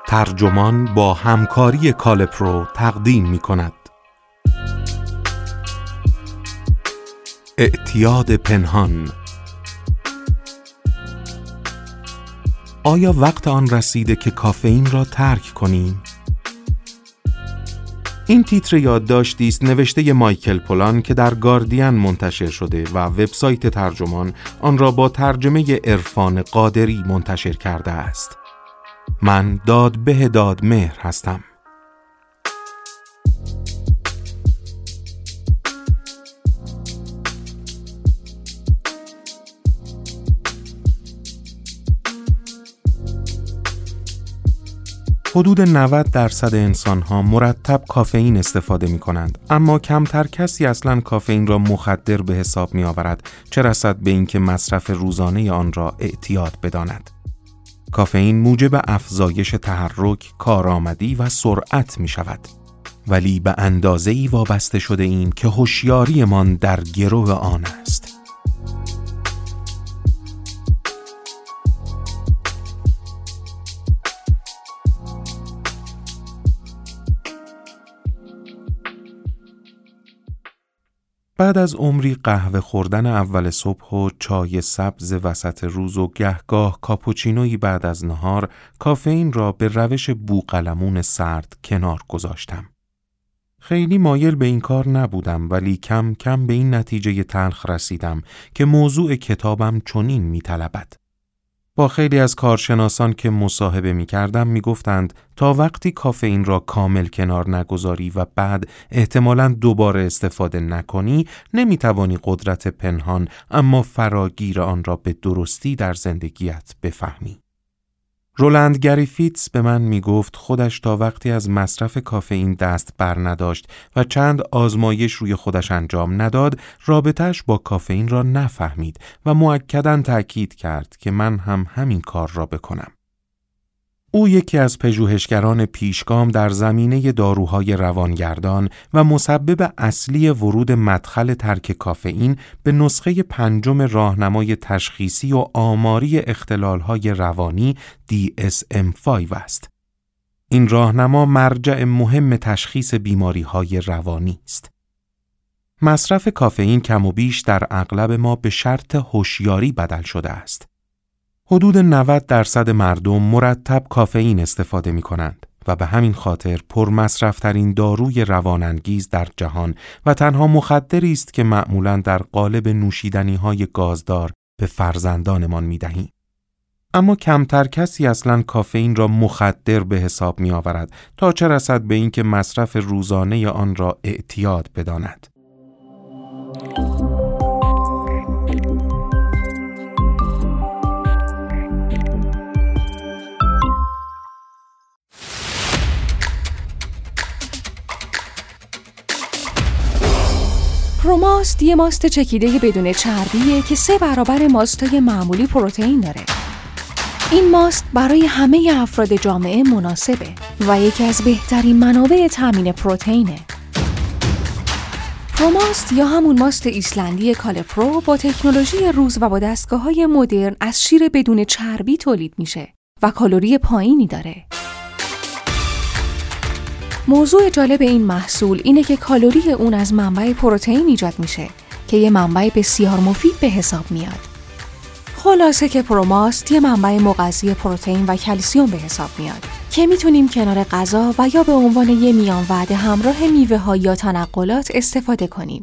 ترجمان با همکاری کالپرو تقدیم می کند. اعتیاد پنهان. آیا وقت آن رسیده که کافئین را ترک کنیم؟ این تیتر یادداشتی است نوشته مایکل پولان که در گاردین منتشر شده و وبسایت ترجمان آن را با ترجمه عرفان قادری منتشر کرده است. من دادبه دادمهر هستم. حدود 90% انسان‌ها مرتب کافئین استفاده می‌کنند، اما کمتر کسی اصلاً کافئین را مخدر به حساب می‌آورد، چه رسد به اینکه مصرف روزانه آن را اعتیاد بداند. کافئین موجب افزایش تحرک، کارآمدی و سرعت می‌شود، ولی به اندازه‌ای وابسته شده ایم که هوشیاریمان در گرو آن است. بعد از عمری قهوه خوردن اول صبح و چای سبز وسط روز و گهگاه کاپوچینویی بعد از نهار، کافئین را به روش بوقلمون سرد کنار گذاشتم. خیلی مایل به این کار نبودم، ولی کم کم به این نتیجه تلخ رسیدم که موضوع کتابم چنین می‌طلبد. با خیلی از کارشناسان که مصاحبه می‌کردم می‌گفتند تا وقتی کافئین را کامل کنار نگذاری و بعد احتمالاً دوباره استفاده نکنی، نمی‌توانی قدرت پنهان اما فراگیر آن را به درستی در زندگیت بفهمی. رولند گریفیتس به من میگفت خودش تا وقتی از مصرف کافئین دست بر نداشت و چند آزمایش روی خودش انجام نداد، رابطه‌اش با کافئین را نفهمید و مؤکداً تأکید کرد که من هم همین کار را بکنم. او یکی از پژوهشگران پیشگام در زمینه داروهای روانگردان و مسبب اصلی ورود مدخل ترک کافئین به نسخه 5 راهنمای تشخیصی و آماری اختلالهای روانی DSM-5 است. این راهنما مرجع مهم تشخیص بیماریهای روانی است. مصرف کافئین کم و بیش در اغلب ما به شرط هوشیاری بدل شده است. حدود 90% مردم مرتب کافئین استفاده می کنند و به همین خاطر پرمصرف‌ترین داروی روانانگیز در جهان و تنها مخدری است که معمولاً در قالب نوشیدنی‌های گازدار به فرزندانمان می دهیم. اما کمتر کسی اصلاً کافئین را مخدر به حساب می آورد تا چه رسد به اینکه مصرف روزانه آن را اعتیاد بداند. پروماست یه ماست چکیده بدون چربیه که 3 برابر ماستای معمولی پروتئین داره. این ماست برای همه افراد جامعه مناسبه و یکی از بهترین منابع تامین پروتئینه. پروماست یا همون ماست ایسلندی کالپرو با تکنولوژی روز و با دستگاه‌های مدرن از شیر بدون چربی تولید میشه و کالری پایینی داره. موضوع جالب این محصول اینه که کالری اون از منبع پروتئین ایجاد میشه که یه منبع بسیار مفید به حساب میاد. خلاصه که پروماست یه منبع مغذی پروتئین و کلسیم به حساب میاد که میتونیم کنار غذا و یا به عنوان یه میان وعده همراه میوه ها یا تنقلات استفاده کنیم.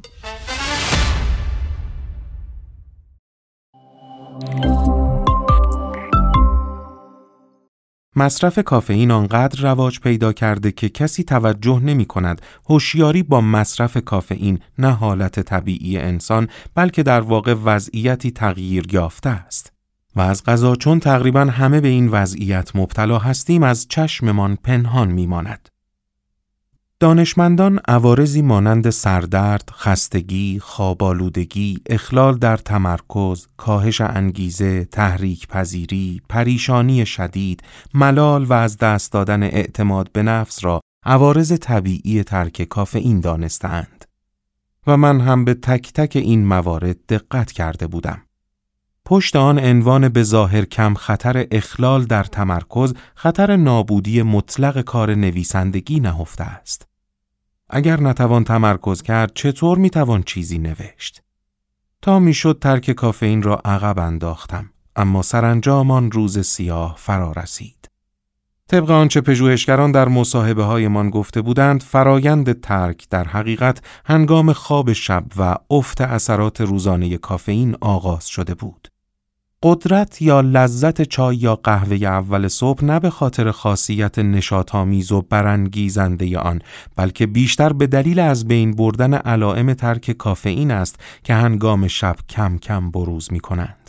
مصرف کافئین آنقدر رواج پیدا کرده که کسی توجه نمی کند هوشیاری با مصرف کافئین نه حالت طبیعی انسان بلکه در واقع وضعیتی تغییر یافته است. و از قضا چون تقریباً همه به این وضعیت مبتلا هستیم از چشممان پنهان می ماند. دانشمندان عوارضی مانند سردرد، خستگی، خواب‌آلودگی، اخلال در تمرکز، کاهش انگیزه، تحریک پذیری، پریشانی شدید، ملال و از دست دادن اعتماد به نفس را عوارض طبیعی ترک کافئین دانستند. و من هم به تک تک این موارد دقت کرده بودم. پشت آن عنوان به ظاهر کم خطر اخلال در تمرکز، خطر نابودی مطلق کار نویسندگی نهفته است. اگر نتوان تمرکز کرد چطور میتوان چیزی نوشت؟ تا میشد ترک کافئین را عقب انداختم، اما سرانجام آن روز سیاه فرا رسید. طبق آنچه پژوهشگران در مصاحبه‌هایمان گفته بودند، فرایند ترک در حقیقت هنگام خواب شب و افت اثرات روزانه کافئین آغاز شده بود. قدرت یا لذت چای یا قهوه اول صبح نه به خاطر خاصیت نشاط‌آمیز و برانگیزنده آن، بلکه بیشتر به دلیل از بین بردن علائم ترک کافئین است که هنگام شب کم کم بروز می‌کنند.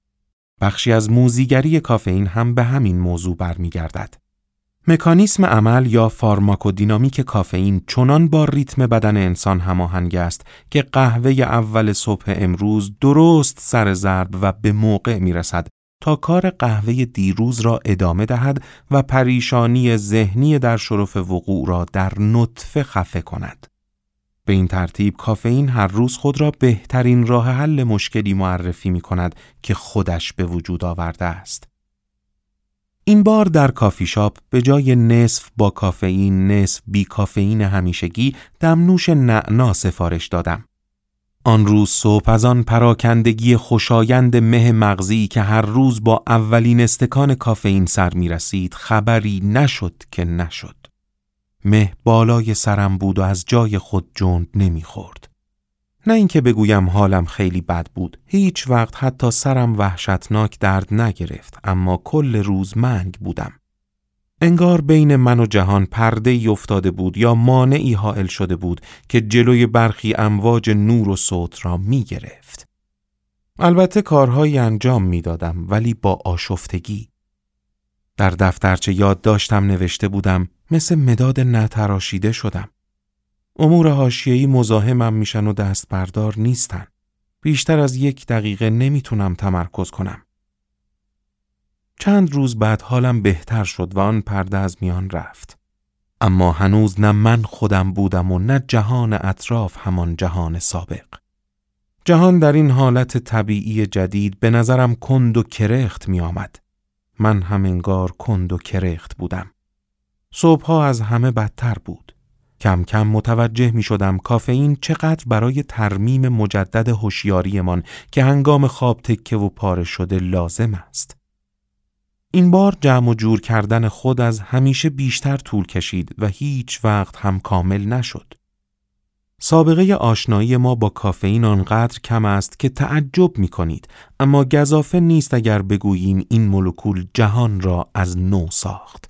بخشی از موذیگری کافئین هم به همین موضوع برمیگردد. مکانیسم عمل یا فارماکودینامیک کافئین چنان با ریتم بدن انسان هماهنگ است که قهوه اول صبح امروز درست سر ضرب و به موقع میرسد تا کار قهوه دیروز را ادامه دهد و پریشانی ذهنی در شرف وقوع را در نطفه خفه کند. به این ترتیب کافئین هر روز خود را بهترین راه حل مشکلی معرفی می کند که خودش به وجود آورده است. این بار در کافی شاپ به جای نصف با کافئین نصف بی کافئین همیشگی دمنوش نعنا سفارش دادم. آن روز صبح از آن پراکندگی خوشایند مه مغزی که هر روز با اولین استکان کافئین سر می رسید خبری نشد که نشد. مه بالای سرم بود و از جای خود جند نمی خورد. نه اینکه بگویم حالم خیلی بد بود، هیچ وقت حتی سرم وحشتناک درد نگرفت، اما کل روز منگ بودم. انگار بین من و جهان پرده‌ای افتاده بود یا مانعی حائل شده بود که جلوی برخی امواج نور و صوت را می گرفت. البته کارهایی انجام می دادم ولی با آشفتگی. در دفترچه یادداشتم نوشته بودم مثل مداد نتراشیده شدم. امور حاشیه‌ای مزاحمم میشن و دست بردار نیستن. بیشتر از 1 دقیقه نمیتونم تمرکز کنم. چند روز بعد حالم بهتر شد و آن پرده از میان رفت. اما هنوز نه من خودم بودم و نه جهان اطراف همان جهان سابق. جهان در این حالت طبیعی جدید به نظرم کند و کرخت می آمد. من هم انگار کند و کرخت بودم. صبحها از همه بدتر بود. کم کم متوجه می شدم کافئین چقدر برای ترمیم مجدد هوشیاریمان که هنگام خواب تکه و پاره شده لازم است. این بار جمع و جور کردن خود از همیشه بیشتر طول کشید و هیچ وقت هم کامل نشد. سابقه آشنایی ما با کافئین آنقدر کم است که تعجب می کنید، اما گزافه نیست اگر بگوییم این مولکول جهان را از نو ساخت.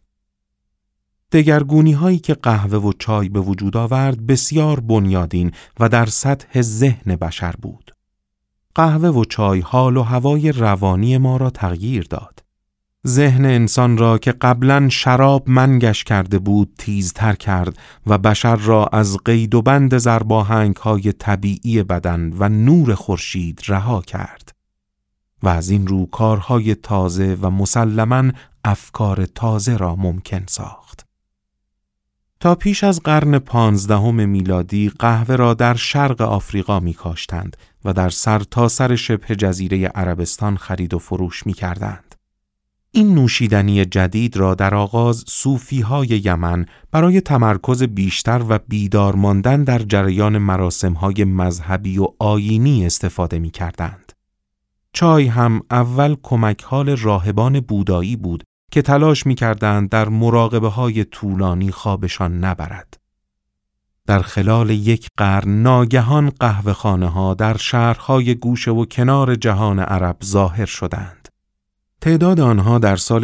دگرگونی هایی که قهوه و چای به وجود آورد بسیار بنیادین و در سطح ذهن بشر بود. قهوه و چای حال و هوای روانی ما را تغییر داد. ذهن انسان را که قبلاً شراب منگش کرده بود تیزتر کرد و بشر را از قید و بند ضرباهنگ های طبیعی بدن و نور خورشید رها کرد. و از این رو کارهای تازه و مسلماً افکار تازه را ممکن ساخت. تا پیش از قرن 15 میلادی قهوه را در شرق آفریقا می کاشتند و در سرتاسر شبه جزیره عربستان خرید و فروش می کردند. این نوشیدنی جدید را در آغاز صوفی‌های یمن برای تمرکز بیشتر و بیدار ماندن در جریان مراسم‌های مذهبی و آیینی استفاده می کردند. چای هم اول کمک‌حال راهبان بودایی بود که تلاش می‌کردند در مراقبه‌های طولانی خوابشان نبرد. در خلال 1 قرن ناگهان قهوه‌خانه‌ها در شهرهای گوشه و کنار جهان عرب ظاهر شدند. تعداد آنها در سال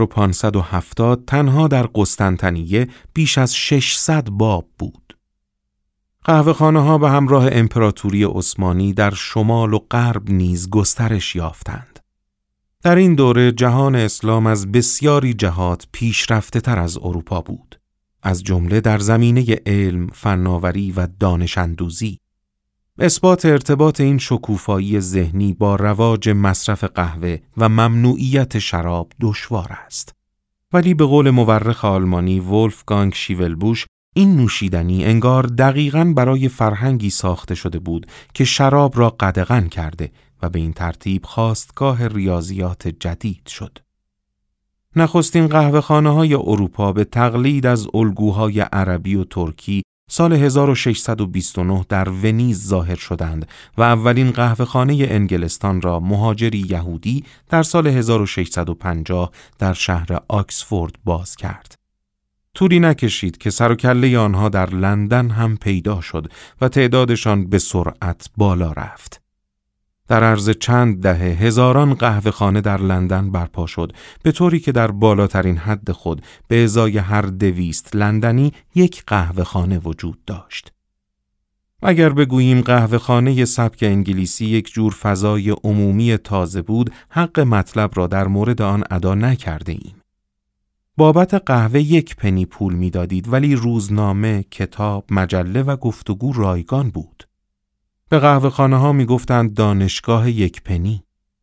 1570 تنها در قسطنطنیه بیش از 600 باب بود. قهوه‌خانه‌ها به همراه امپراتوری عثمانی در شمال و غرب نیز گسترش یافتند. در این دوره جهان اسلام از بسیاری جهات پیشرفته تر از اروپا بود، از جمله در زمینه علم، فناوری و دانش اندوزی. اثبات ارتباط این شکوفایی ذهنی با رواج مصرف قهوه و ممنوعیت شراب دشوار است. ولی به قول مورخ آلمانی ولفگانگ شیولبوش، این نوشیدنی انگار دقیقاً برای فرهنگی ساخته شده بود که شراب را قدغن کرده و به این ترتیب خاستگاه ریاضیات جدید شد. نخستین قهوه‌خانه‌های اروپا به تقلید از الگوهای عربی و ترکی سال 1629 در ونیز ظاهر شدند و اولین قهوه‌خانه انگلستان را مهاجری یهودی در سال 1650 در شهر آکسفورد باز کرد. طولی نکشید که سر و کله آنها در لندن هم پیدا شد و تعدادشان به سرعت بالا رفت. در عرض چند دهه هزاران قهوه‌خانه در لندن برپا شد، به طوری که در بالاترین حد خود به ازای هر 200 لندنی یک قهوه‌خانه وجود داشت. اگر بگوییم قهوه‌خانه سبک انگلیسی یک جور فضای عمومی تازه بود، حق مطلب را در مورد آن ادا نکرده ایم. بابت قهوه 1 پنی پول می‌دادید، ولی روزنامه، کتاب، مجله و گفتگو رایگان بود. به قهوه‌خانه‌ها می‌گفتند دانشگاه 1 پنی.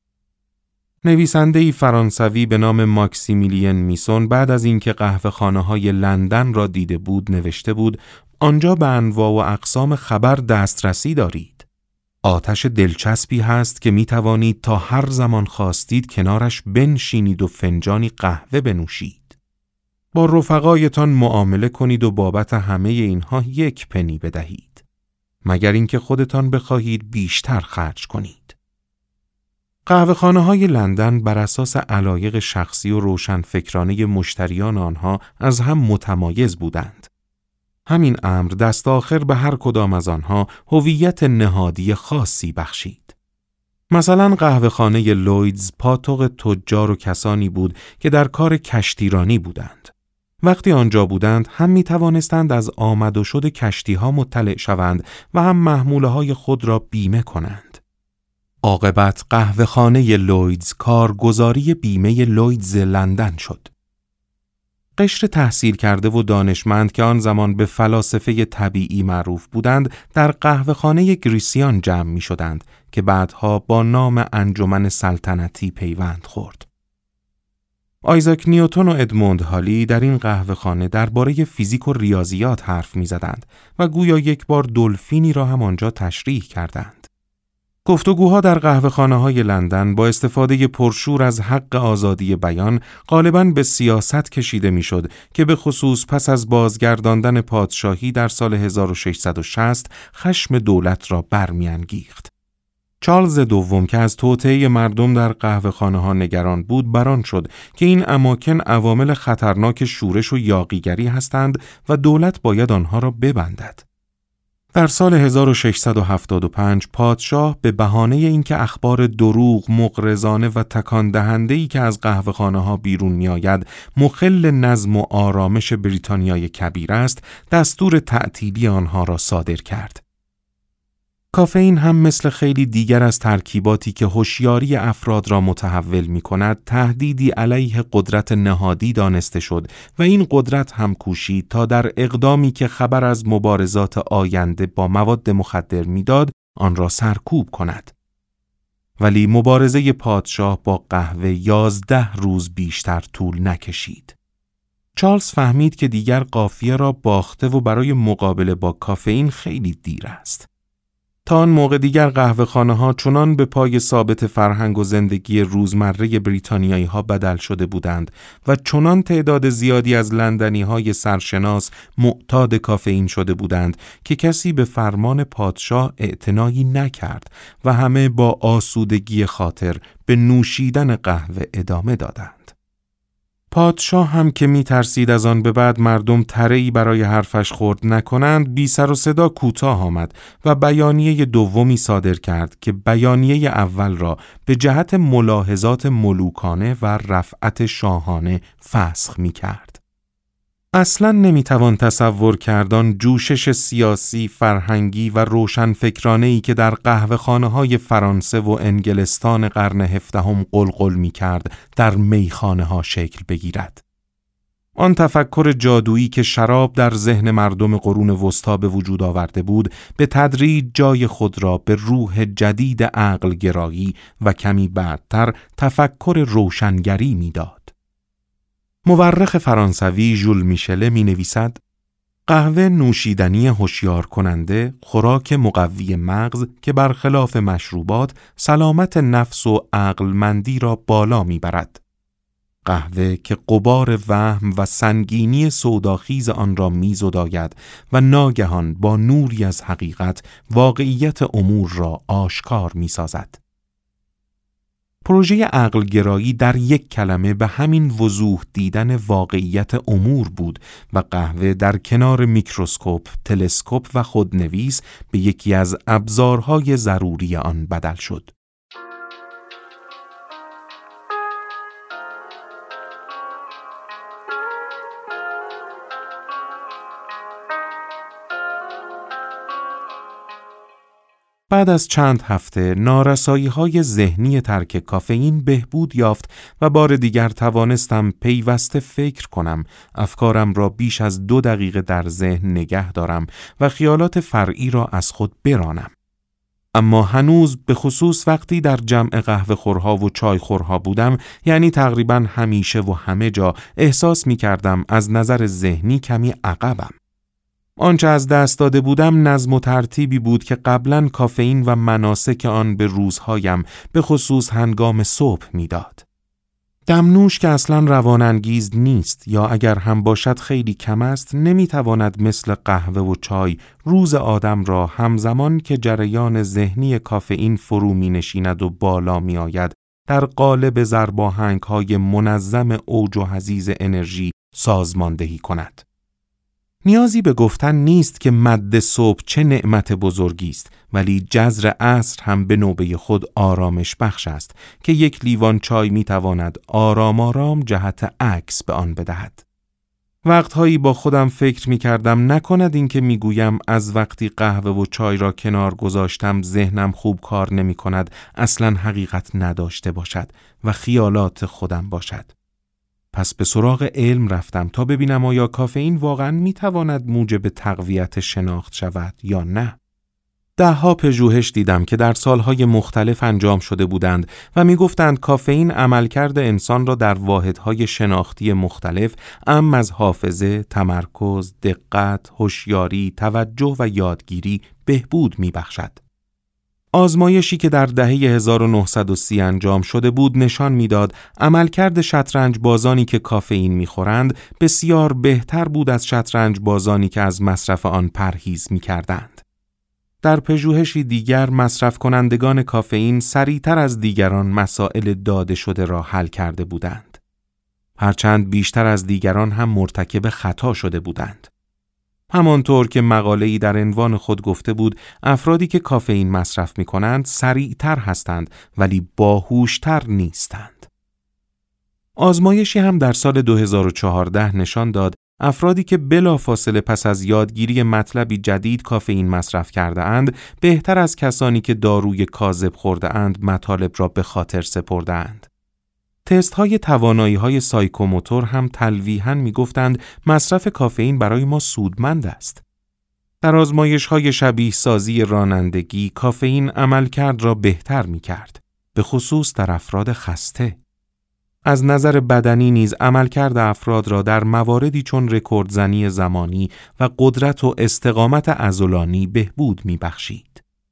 نویسنده‌ای فرانسوی به نام ماکسیمیلین میسون بعد از اینکه قهوه‌خانه‌های لندن را دیده بود نوشته بود: آنجا به انواع و اقسام خبر دسترسی دارید. آتش دلچسبی هست که می‌توانید تا هر زمان خواستید کنارش بنشینید و فنجانی قهوه بنوشید. با رفقایتان معامله کنید و بابت همه اینها 1 پنی بدهید. مگر اینکه خودتان بخواهید بیشتر خرج کنید. قهوه‌خانه‌های لندن بر اساس علایق شخصی و روشنفکرانه مشتریان آنها از هم متمایز بودند. همین امر دست آخر به هر کدام از آنها هویت نهادی خاصی بخشید. مثلا قهوه‌خانه لویدز پاتوق تجار و کسانی بود که در کار کشتیرانی بودند. وقتی آنجا بودند هم می توانستند از آمد و شد کشتی ها مطلع شوند و هم محموله های خود را بیمه کنند. عاقبت قهوه‌خانه لویدز کارگزاری بیمه لویدز لندن شد. قشر تحصیل کرده و دانشمند که آن زمان به فلاسفه طبیعی معروف بودند در قهوه‌خانه گریسیان جمع می شدند که بعدها با نام انجمن سلطنتی پیوند خورد. آیزاک نیوتن و ادموند هالی در این قهوه‌خانه درباره فیزیک و ریاضیات حرف می‌زدند و گویا یک بار دلفینی را هم آنجا تشریح کردند. گفتگوها در قهوه‌خانه‌های لندن با استفاده پرشور از حق آزادی بیان غالباً به سیاست کشیده می‌شد که به خصوص پس از بازگرداندن پادشاهی در سال 1660 خشم دولت را برمی‌انگیخت. چارلز دوم که از توطئه مردم در قهوه‌خانه‌ها نگران بود بران شد که این اماکن عوامل خطرناک شورش و یاغیگری هستند و دولت باید آنها را ببندد. در سال 1675 پادشاه به بهانه اینکه اخبار دروغ، مغرضانه و تکان دهنده‌ای که از قهوه‌خانه‌ها بیرون می‌آید مخل نظم و آرامش بریتانیای کبیر است، دستور تعطیلی آنها را صادر کرد. کافئین هم مثل خیلی دیگر از ترکیباتی که هوشیاری افراد را متحول می‌کند، تهدیدی علیه قدرت نهادی دانسته شد و این قدرت هم کوشید تا در اقدامی که خبر از مبارزات آینده با مواد مخدر می‌داد، آن را سرکوب کند. ولی مبارزه پادشاه با قهوه 11 روز بیشتر طول نکشید. چارلز فهمید که دیگر قافیه را باخته و برای مقابله با کافئین خیلی دیر است. تا آن موقع دیگر قهوه‌خانه‌ها چنان به پای ثابت فرهنگ و زندگی روزمره بریتانیایی‌ها بدل شده بودند و چنان تعداد زیادی از لندنی‌های سرشناس معتاد کافئین شده بودند که کسی به فرمان پادشاه اعتنایی نکرد و همه با آسودگی خاطر به نوشیدن قهوه ادامه دادند. پادشاه هم که می ترسید از آن به بعد مردم تره‌ای برای حرفش خورد نکنند، بی سر و صدا کوتاه آمد و بیانیه دومی صادر کرد که بیانیه اول را به جهت ملاحظات ملوکانه و رفعت شاهانه فسخ می کرد. اصلاً نمیتوان تصور کردن جوشش سیاسی، فرهنگی و روشنفکرانه‌ای که در قهوه‌خانه‌های فرانسه و انگلستان قرن 17 قلقل می‌کرد در میخانه‌ها شکل بگیرد. آن تفکر جادویی که شراب در ذهن مردم قرون وسطا به وجود آورده بود، به تدریج جای خود را به روح جدید عقل گرایی و کمی بعدتر تفکر روشنگری می‌داد. مورخ فرانسوی ژول میشله می نویسد: قهوه نوشیدنی هوشیار کننده، خوراک مقوی مغز که برخلاف مشروبات سلامت نفس و عقلمندی را بالا میبرد. قهوه که غبار وهم و سنگینی سوداخیز آن را میزداید و ناگهان با نوری از حقیقت واقعیت امور را آشکار میسازد. پروژه عقلگرایی در یک کلمه به همین وضوح دیدن واقعیت امور بود و قهوه در کنار میکروسکوپ، تلسکوپ و خودنویس به یکی از ابزارهای ضروری آن بدل شد. بعد از چند هفته نارسایی‌های ذهنی ترک کافئین بهبود یافت و بار دیگر توانستم پیوسته فکر کنم، افکارم را بیش از 2 دقیقه در ذهن نگه دارم و خیالات فرعی را از خود برانم. اما هنوز به خصوص وقتی در جمع قهوه‌خورها و چایخورها بودم، یعنی تقریباً همیشه و همه جا، احساس می‌کردم از نظر ذهنی کمی عقبم. آنچه از دست داده بودم نظم و ترتیبی بود که قبلاً کافئین و مناسک آن به روزهایم به خصوص هنگام صبح میداد. دمنوش که اصلاً روانانگیز نیست یا اگر هم باشد خیلی کم است، نمیتواند مثل قهوه و چای روز آدم را همزمان که جریان ذهنی کافئین فرو می نشیند و بالا می آید در قالب ضرباهنگ‌های منظم اوج و حضیض انرژی سازماندهی کند. نیازی به گفتن نیست که مد صبح چه نعمت بزرگی است، ولی جذر عصر هم به نوبه خود آرامش بخش است که یک لیوان چای می تواند آرام آرام جهت عکس به آن بدهد. وقتهایی با خودم فکر می کردم نکند این که می گویم از وقتی قهوه و چای را کنار گذاشتم ذهنم خوب کار نمی کند اصلاً حقیقت نداشته باشد و خیالات خودم باشد. پس به سراغ علم رفتم تا ببینم آیا کافئین واقعاً میتواند موجب تقویت شناخت شود یا نه. 10 پژوهش دیدم که در سالهای مختلف انجام شده بودند و میگفتند کافئین عملکرد انسان را در واحدهای شناختی مختلف اعم از حافظه، تمرکز، دقت، هوشیاری، توجه و یادگیری بهبود میبخشد. آزمایشی که در دهه 1930 انجام شده بود نشان میداد عملکرد شطرنج بازانی که کافئین میخورند بسیار بهتر بود از شطرنج بازانی که از مصرف آن پرهیز میکردند. در پژوهشی دیگر مصرف کنندگان کافئین سریعتر از دیگران مسائل داده شده را حل کرده بودند. هرچند بیشتر از دیگران هم مرتکب خطا شده بودند. همانطور که مقاله‌ای در عنوان خود گفته بود، افرادی که کافئین مصرف می‌کنند سریعتر هستند ولی باهوشتر نیستند. آزمایشی هم در سال 2014 نشان داد افرادی که بلافاصله پس از یادگیری مطلبی جدید کافئین مصرف کرده اند، بهتر از کسانی که داروی کاذب خورده اند مطالب را به خاطر سپرده اند. تست‌های توانایی‌های سایکوموتور هم تلویحاً می‌گفتند مصرف کافئین برای ما سودمند است. در آزمایش‌های شبیه سازی رانندگی، کافئین عملکرد را بهتر می‌کرد، به خصوص در افراد خسته. از نظر بدنی نیز عملکرد افراد را در مواردی چون رکوردزنی زمانی و قدرت و استقامت عضلانی بهبود می‌بخشید.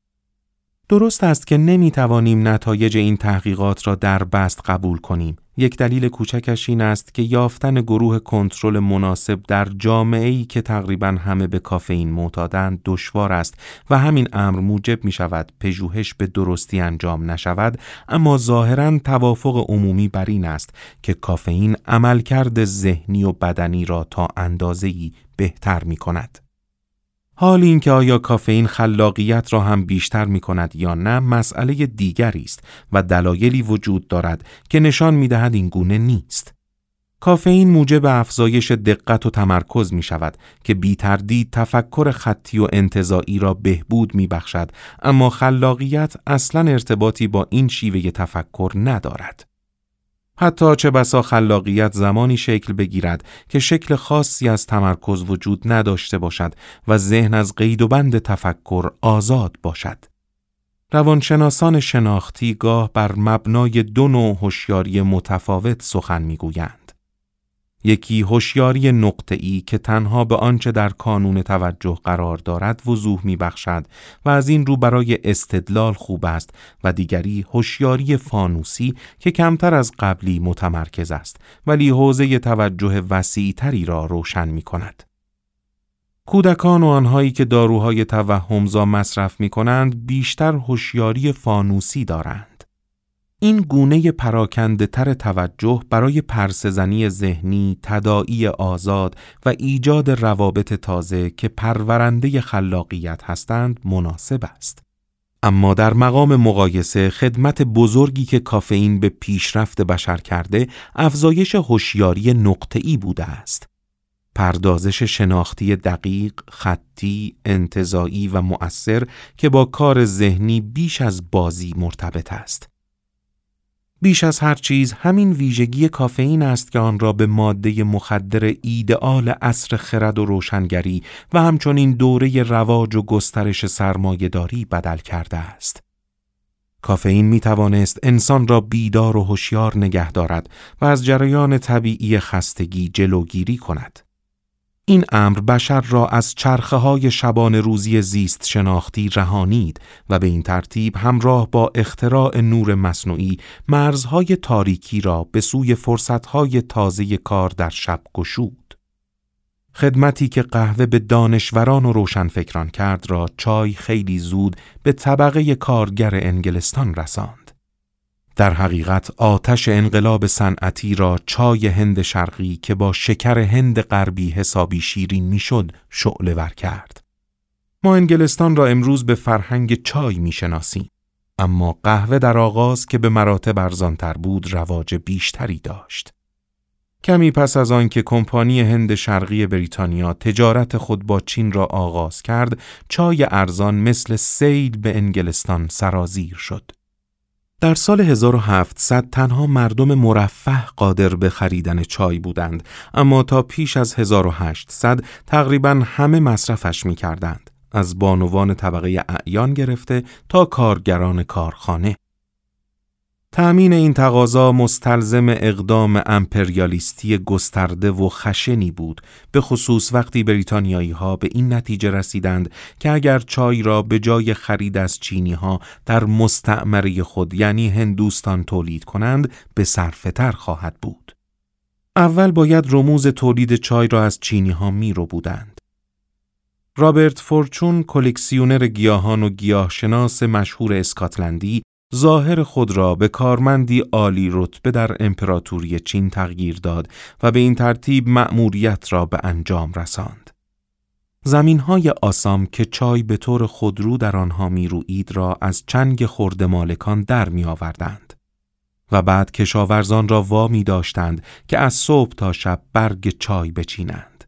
درست است که نمی‌توانیم نتایج این تحقیقات را در بست قبول کنیم. یک دلیل کوچکش این است که یافتن گروه کنترل مناسب در جامعه‌ای که تقریباً همه به کافئین معتادند دشوار است و همین امر موجب می‌شود پژوهش به درستی انجام نشود، اما ظاهراً توافق عمومی بر این است که کافئین عملکرد ذهنی و بدنی را تا اندازه‌ای بهتر می‌کند. حال این که آیا کافئین خلاقیت را هم بیشتر می کند یا نه مسئله دیگری است و دلایلی وجود دارد که نشان می دهد این گونه نیست. کافئین موجب افزایش دقت و تمرکز می شود که بی تردید تفکر خطی و انتزاعی را بهبود می بخشد، اما خلاقیت اصلاً ارتباطی با این شیوه تفکر ندارد. حتی چه بسا خلاقیت زمانی شکل بگیرد که شکل خاصی از تمرکز وجود نداشته باشد و ذهن از قید و بند تفکر آزاد باشد. روانشناسان شناختی گاه بر مبنای 2 نوع هوشیاری متفاوت سخن میگویند. یکی هوشیاری نقطه‌ای که تنها به آنچه در کانون توجه قرار دارد وضوح می‌بخشد و از این رو برای استدلال خوب است و دیگری هوشیاری فانوسی که کمتر از قبلی متمرکز است ولی حوزه توجه وسیع‌تری را روشن می‌کند. کودکان و آنهایی که داروهای توهمزا مصرف می‌کنند بیشتر هوشیاری فانوسی دارند. این گونه پراکنده تر توجه برای پرسه‌زنی ذهنی، تداعی آزاد و ایجاد روابط تازه که پرورنده خلاقیت هستند مناسب است. اما در مقام مقایسه خدمت بزرگی که کافئین به پیشرفت بشر کرده، افزایش هوشیاری نقطه‌ای بوده است. پردازش شناختی دقیق، خطی، انتزاعی و مؤثر که با کار ذهنی بیش از بازی مرتبط است. بیش از هر چیز همین ویژگی کافئین است که آن را به ماده مخدر ایدئال عصر خرد و روشنگری و همچنین دوره رواج و گسترش سرمایه‌داری بدل کرده است. کافئین می توانست انسان را بیدار و هوشیار نگه دارد و از جریان طبیعی خستگی جلوگیری کند. این امر بشر را از چرخه‌های شبانه روزی زیست شناختی رهانید و به این ترتیب همراه با اختراع نور مصنوعی مرزهای تاریکی را به سوی فرصت‌های تازه کار در شب گشود. خدمتی که قهوه به دانشوران و روشنفکران کرد را چای خیلی زود به طبقه کارگر انگلستان رساند. در حقیقت آتش انقلاب صنعتی را چای هند شرقی که با شکر هند غربی حسابی شیرین میشد شعله ور کرد. ما انگلستان را امروز به فرهنگ چای میشناسیم، اما قهوه در آغاز که به مراتب ارزان‌تر بود رواج بیشتری داشت. کمی پس از آن که کمپانی هند شرقی بریتانیا تجارت خود با چین را آغاز کرد، چای ارزان مثل سیل به انگلستان سرازیر شد. در سال 1700 تنها مردم مرفه قادر به خریدن چای بودند، اما تا پیش از 1800 تقریباً همه مصرفش می کردند، از بانوان طبقه اعیان گرفته تا کارگران کارخانه. تأمین این تقاضا مستلزم اقدام امپریالیستی گسترده و خشنی بود، به خصوص وقتی بریتانیایی‌ها به این نتیجه رسیدند که اگر چای را به جای خرید از چینی‌ها در مستعمره خود یعنی هندوستان تولید کنند، به صرفه‌تر خواهد بود. اول باید رموز تولید چای را از چینی‌ها می‌ربودند. رابرت فورچون، کلکسیونر گیاهان و گیاهشناس مشهور اسکاتلندی، ظاهر خود را به کارمندی عالی رتبه در امپراتوری چین تغییر داد و به این ترتیب مأموریت را به انجام رساند. زمین‌های آسام که چای به طور خودرو در آنها می‌رویید را از چنگ خرده مالکان در می‌آوردند و بعد کشاورزان را وامی داشتند که از صبح تا شب برگ چای بچینند.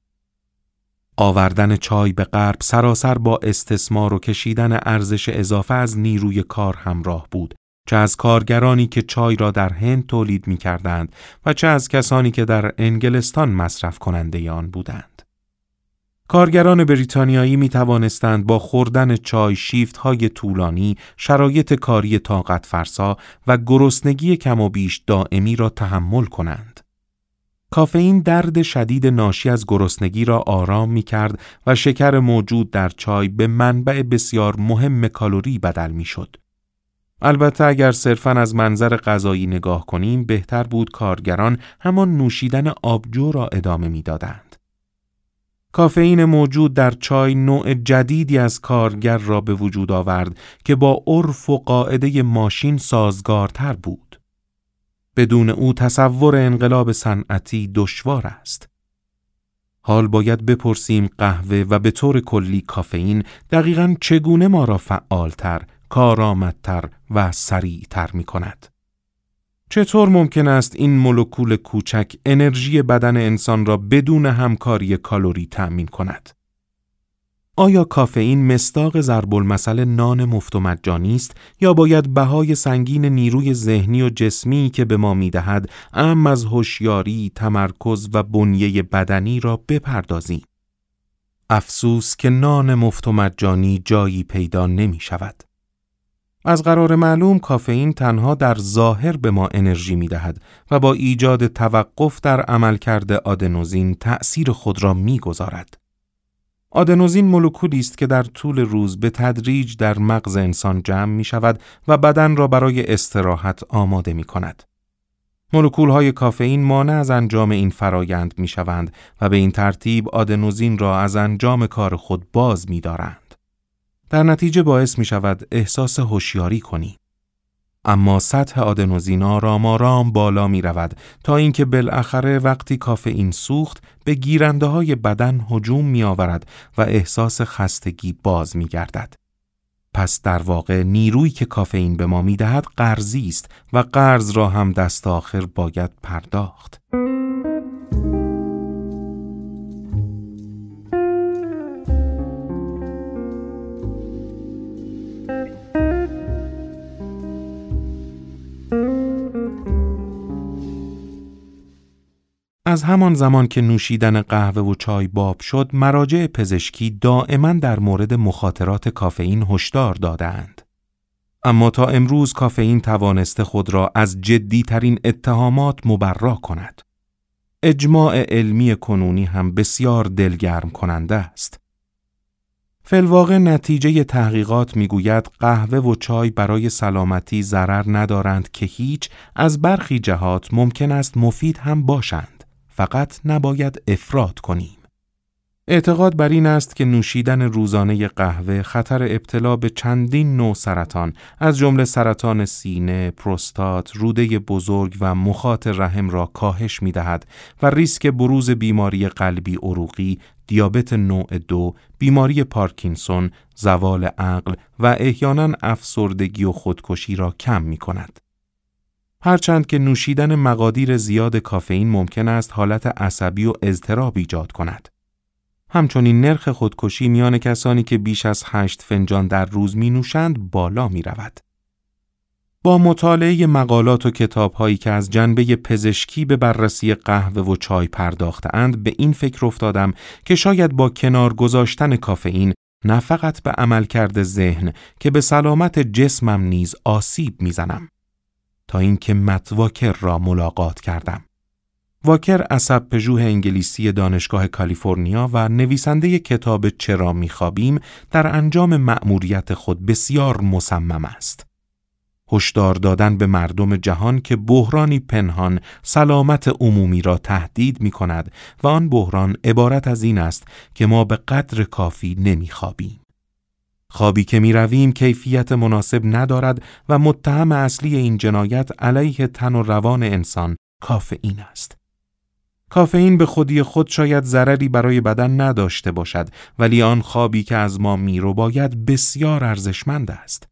آوردن چای به غرب سراسر با استثمار و کشیدن ارزش اضافه از نیروی کار همراه بود، چه از کارگرانی که چای را در هند تولید می کردند و چه از کسانی که در انگلستان مصرف کننده آن بودند. کارگران بریتانیایی می توانستند با خوردن چای شیفت‌های طولانی، شرایط کاری طاقت فرسا و گرسنگی کم و بیش دائمی را تحمل کنند. کافئین درد شدید ناشی از گرسنگی را آرام می کرد و شکر موجود در چای به منبع بسیار مهم کالری بدل می شد. البته اگر صرفاً از منظر غذایی نگاه کنیم، بهتر بود کارگران همان نوشیدن آبجو را ادامه می دادند. کافئین موجود در چای نوع جدیدی از کارگر را به وجود آورد که با عرف و قاعده ماشین سازگارتر بود. بدون او تصور انقلاب صنعتی دشوار است. حال باید بپرسیم قهوه و به طور کلی کافئین دقیقاً چگونه ما را فعالتر، کارآمدتر و سریعتر می کند. چطور ممکن است این مولکول کوچک انرژی بدن انسان را بدون همکاری کالری تأمین کند؟ آیا کافئین مصداق ضرب المثل نان مفت و مجانی است یا باید بهای سنگین نیروی ذهنی و جسمی که به ما می‌دهد اعم از هوشیاری، تمرکز و بنیه بدنی را بپردازیم؟ افسوس که نان مفت و مجانی جایی پیدا نمی‌شود. از قرار معلوم کافئین تنها در ظاهر به ما انرژی می‌دهد و با ایجاد توقف در عملکرد آدنوزین تأثیر خود را می‌گذارد. آدنوزین مولکولی است که در طول روز به تدریج در مغز انسان جمع می‌شود و بدن را برای استراحت آماده می‌کند. مولکول‌های کافئین مانع از انجام این فرایند می‌شوند و به این ترتیب آدنوزین را از انجام کار خود باز می‌دارند. در نتیجه باعث می‌شود احساس هوشیاری کنی. اما سطح آدنوزین آرام بالا می‌رود تا اینکه بالاخره وقتی کافئین سوخت به گیرنده‌های بدن هجوم می‌آورد و احساس خستگی باز می‌گردد. پس در واقع نیرویی که کافئین به ما می‌دهد قرضی است و قرض را هم دست آخر باید پرداخت. از همان زمان که نوشیدن قهوه و چای باب شد، مراجع پزشکی دائما در مورد مخاطرات کافئین هشدار دادند. اما تا امروز کافئین توانسته خود را از جدی‌ترین اتهامات مبرا کند. اجماع علمی کنونی هم بسیار دلگرم کننده است. فی‌الواقع نتیجه تحقیقات میگوید قهوه و چای برای سلامتی ضرر ندارند که هیچ، از برخی جهات ممکن است مفید هم باشند. فقط نباید افراط کنیم. اعتقاد بر این است که نوشیدن روزانه قهوه خطر ابتلا به چندین نوع سرطان از جمله سرطان سینه، پروستات، روده بزرگ و مخاط رحم را کاهش می‌دهد و ریسک بروز بیماری قلبی عروقی، دیابت نوع 2، بیماری پارکینسون، زوال عقل و احیانا افسردگی و خودکشی را کم می‌کند. هرچند که نوشیدن مقادیر زیاد کافئین ممکن است حالت عصبی و اضطراب ایجاد کند. همچنین نرخ خودکشی میان کسانی که بیش از 8 فنجان در روز می نوشند بالا می رود. با مطالعه مقالات و کتاب‌هایی که از جنبه پزشکی به بررسی قهوه و چای پرداخته‌اند به این فکر افتادم که شاید با کنار گذاشتن کافئین نه فقط به عملکرد ذهن که به سلامت جسمم نیز آسیب می‌زنم. تا اینکه مت واکر را ملاقات کردم. واکر عصب‌پژوه انگلیسی دانشگاه کالیفرنیا و نویسنده کتاب چرا می‌خوابیم در انجام مأموریت خود بسیار مصمم است. هشدار دادن به مردم جهان که بحرانی پنهان سلامت عمومی را تهدید می‌کند و آن بحران عبارت از این است که ما به قدر کافی نمی‌خوابیم. خوابی که می رویم کیفیت مناسب ندارد و متهم اصلی این جنایت علیه تن و روان انسان کافئین است. کافئین به خودی خود شاید ضرری برای بدن نداشته باشد، ولی آن خوابی که از ما می رو باید بسیار ارزشمند است.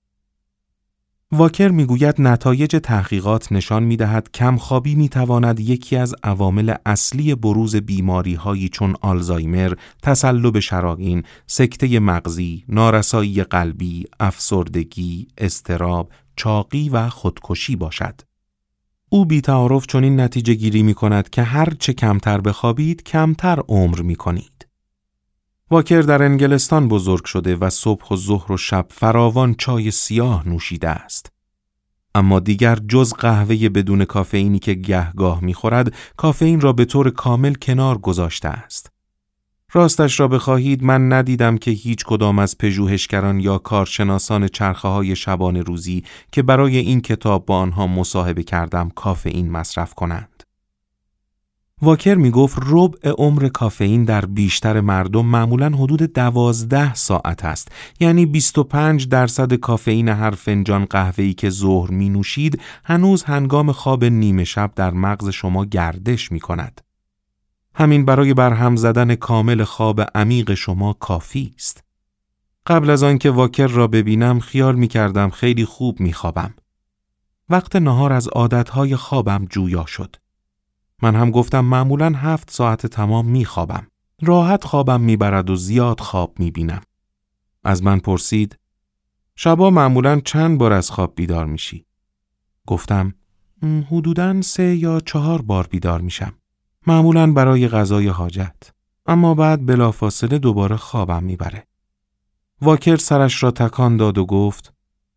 واکر می گوید نتایج تحقیقات نشان می دهد کمخوابی می تواند یکی از عوامل اصلی بروز بیماری هایی چون آلزایمر، تصلب شرايین، سکته مغزی، نارسایی قلبی، افسردگی، اضطراب، چاقی و خودکشی باشد. او بی تعارف چنین نتیجه گیری می کند که هر چه کمتر بخوابید کمتر عمر می کنید. واکر در انگلستان بزرگ شده و صبح و ظهر و شب فراوان چای سیاه نوشیده است. اما دیگر جز قهوه بدون کافئینی که گهگاه می‌خورد، کافئین را به طور کامل کنار گذاشته است. راستش را بخواهید من ندیدم که هیچ کدام از پژوهشگران یا کارشناسان چرخه‌های شبانه روزی که برای این کتاب با آنها مصاحبه کردم کافئین مصرف کنند. واکر می گفت ربع عمر کافئین در بیشتر مردم معمولاً حدود 12 ساعت است، یعنی 25% کافئین هر فنجان قهوه‌ای که ظهر می نوشید هنوز هنگام خواب نیمه شب در مغز شما گردش می کند. همین برای برهم زدن کامل خواب عمیق شما کافی است. قبل از آن که واکر را ببینم خیال می کردم خیلی خوب می خوابم. وقت نهار از عادتهای خوابم جویا شد. من هم گفتم معمولاً 7 ساعت تمام می خوابم. راحت خوابم می برد و زیاد خواب می بینم. از من پرسید شبا معمولاً چند بار از خواب بیدار میشی؟ گفتم حدوداً 3 یا 4 بار بیدار میشم. معمولاً برای قضای حاجت. اما بعد بلافاصله دوباره خوابم میبره. واکر سرش را تکان داد و گفت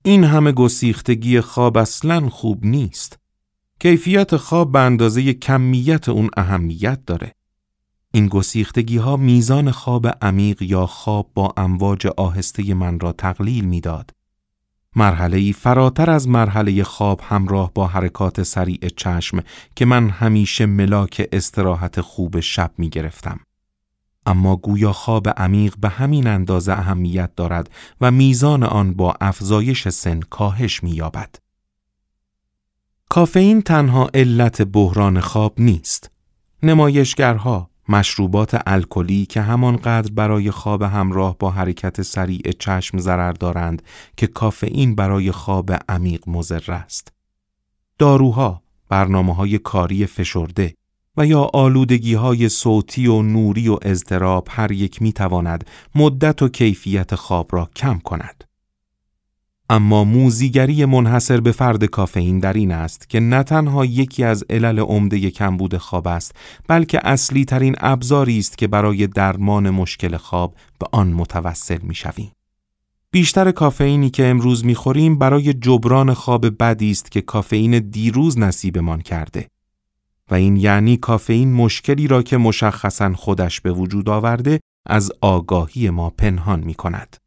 این همه گسیختگی خواب اصلاً خوب نیست. کیفیت خواب به اندازه کمیت اون اهمیت داره. این گسیختگی ها میزان خواب عمیق یا خواب با امواج آهسته من را تقلیل میداد. مرحله‌ای فراتر از مرحله خواب همراه با حرکات سریع چشم که من همیشه ملاک استراحت خوب شب می گرفتم. اما گویا خواب عمیق به همین اندازه اهمیت دارد و میزان آن با افزایش سن کاهش می یابد. کافئین تنها علت بحران خواب نیست. نمایشگرها، مشروبات الکلی که همانقدر برای خواب همراه با حرکت سریع چشم ضرر دارند که کافئین برای خواب عمیق مضر است. داروها، برنامه‌های کاری فشرده و یا آلودگی‌های صوتی و نوری و اضطراب هر یک می‌تواند مدت و کیفیت خواب را کم کند. اما موذیگری منحصر به فرد کافئین در این است که نه تنها یکی از علل عمده کمبود خواب است، بلکه اصلی ترین ابزاری است که برای درمان مشکل خواب به آن متوسل می‌شویم. بیشتر کافئینی که امروز می‌خوریم برای جبران خواب بدی است که کافئین دیروز نصیبمان کرده. و این یعنی کافئین مشکلی را که مشخصاً خودش به وجود آورده از آگاهی ما پنهان می‌کند.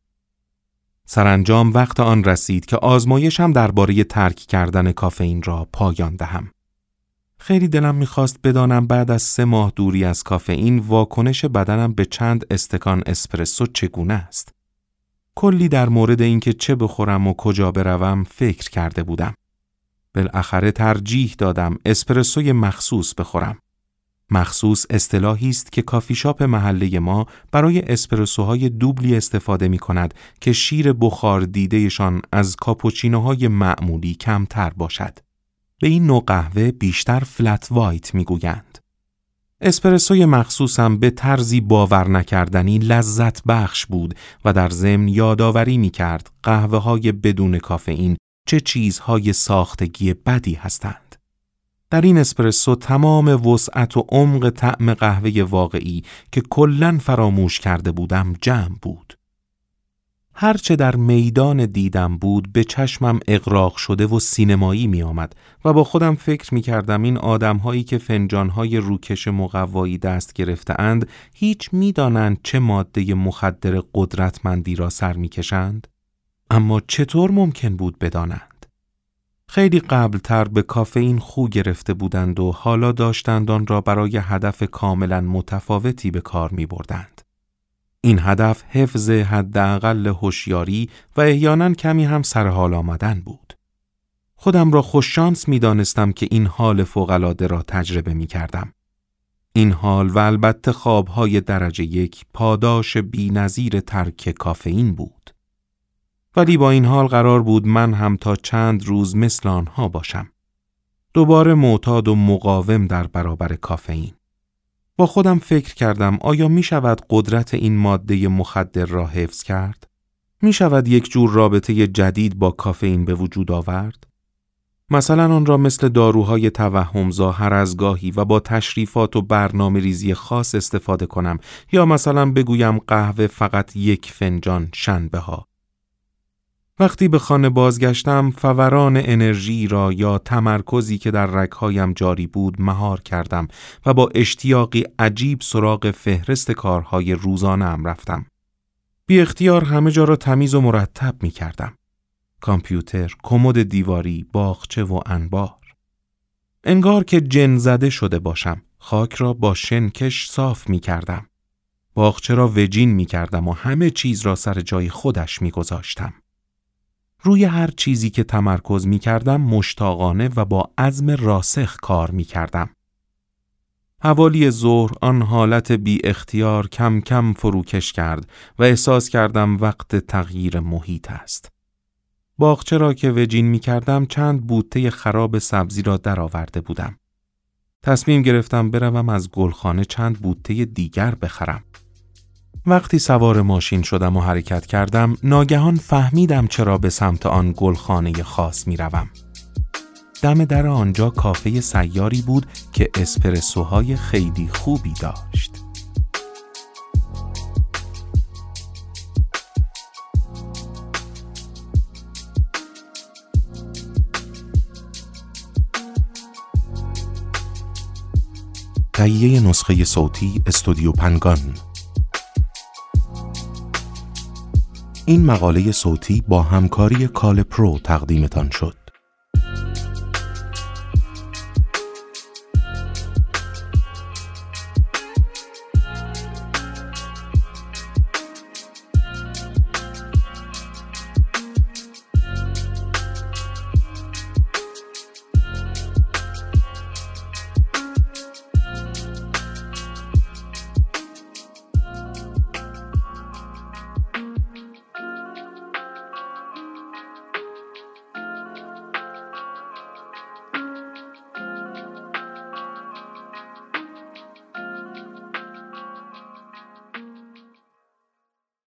سرانجام وقت آن رسید که آزمایشم درباره ترک کردن کافئین را پایان دهم. خیلی دلم می‌خواست بدانم بعد از 3 ماه دوری از کافئین واکنش بدنم به چند استکان اسپرسو چگونه است. کلی در مورد اینکه چه بخورم و کجا بروم فکر کرده بودم. بالاخره ترجیح دادم اسپرسوی مخصوص بخورم. مخصوص اصطلاحی است که کافی شاپ محله ما برای اسپرسوهای دوبلی استفاده می کند که شیر بخار دیدهشان از کاپوچینوهای معمولی کمتر باشد. به این نوع قهوه بیشتر فلت وایت می گویند. اسپرسوی مخصوصم به طرزی باور نکردنی لذت بخش بود و در ضمن یادآوری می کرد قهوه های بدون کافئین چه چیزهای ساختگی بدی هستند. در این اسپرسو تمام وسعت و عمق طعم قهوه واقعی که کلاً فراموش کرده بودم جمع بود. هرچه در میدان دیدم بود به چشمم اغراق شده و سینمایی می آمد و با خودم فکر می کردم این آدم‌هایی که فنجان‌های روکش مقوایی دست گرفته‌اند هیچ می دانند چه ماده مخدر قدرتمندی را سر می کشند؟ اما چطور ممکن بود بدانند؟ خیلی قبلتر به کافئین خو گرفته بودند و حالا داشتند آن را برای هدف کاملا متفاوتی به کار می بردند. این هدف حفظ حداقل هوشیاری و احیانا کمی هم سرحال آمدن بود. خودم را خوششانس می دانستم که این حال فوق‌العاده را تجربه می کردم. این حال و البته خوابهای درجه 1 پاداش بی‌نظیر ترک کافئین بود. ولی با این حال قرار بود من هم تا چند روز مثل آنها باشم. دوباره معتاد و مقاوم در برابر کافئین. با خودم فکر کردم آیا می شود قدرت این ماده مخدر را حفظ کرد؟ می شود یک جور رابطه جدید با کافئین به وجود آورد؟ مثلا آن را مثل داروهای توهمزا هر از گاهی و با تشریفات و برنامه ریزی خاص استفاده کنم یا مثلا بگویم قهوه فقط 1 فنجان شنبه ها. وقتی به خانه بازگشتم فوران انرژی را یا تمرکزی که در رگ‌هایم جاری بود مهار کردم و با اشتیاقی عجیب سراغ فهرست کارهای روزانه‌ام رفتم. بی اختیار همه جا را تمیز و مرتب می کردم. کامپیوتر، کمد دیواری، باغچه و انبار. انگار که جن زده شده باشم. خاک را با شنکش صاف می کردم. باغچه را وجین می کردم و همه چیز را سر جای خودش می گذاشتم. روی هر چیزی که تمرکز می کردم مشتاقانه و با عزم راسخ کار می کردم. حوالی ظهر آن حالت بی اختیار کم کم فروکش کرد و احساس کردم وقت تغییر محیط است. باغچه را که وجین می کردم چند بوته خراب سبزی را درآورده بودم. تصمیم گرفتم بروم از گلخانه چند بوته دیگر بخرم. وقتی سوار ماشین شدم و حرکت کردم، ناگهان فهمیدم چرا به سمت آن گلخانه خاص می روم. دم در آنجا کافه سیاری بود که اسپرسوهای خیلی خوبی داشت. تهیه نسخه صوتی استودیو پنگان. این مقاله صوتی با همکاری کال پرو تقدیمتان شد.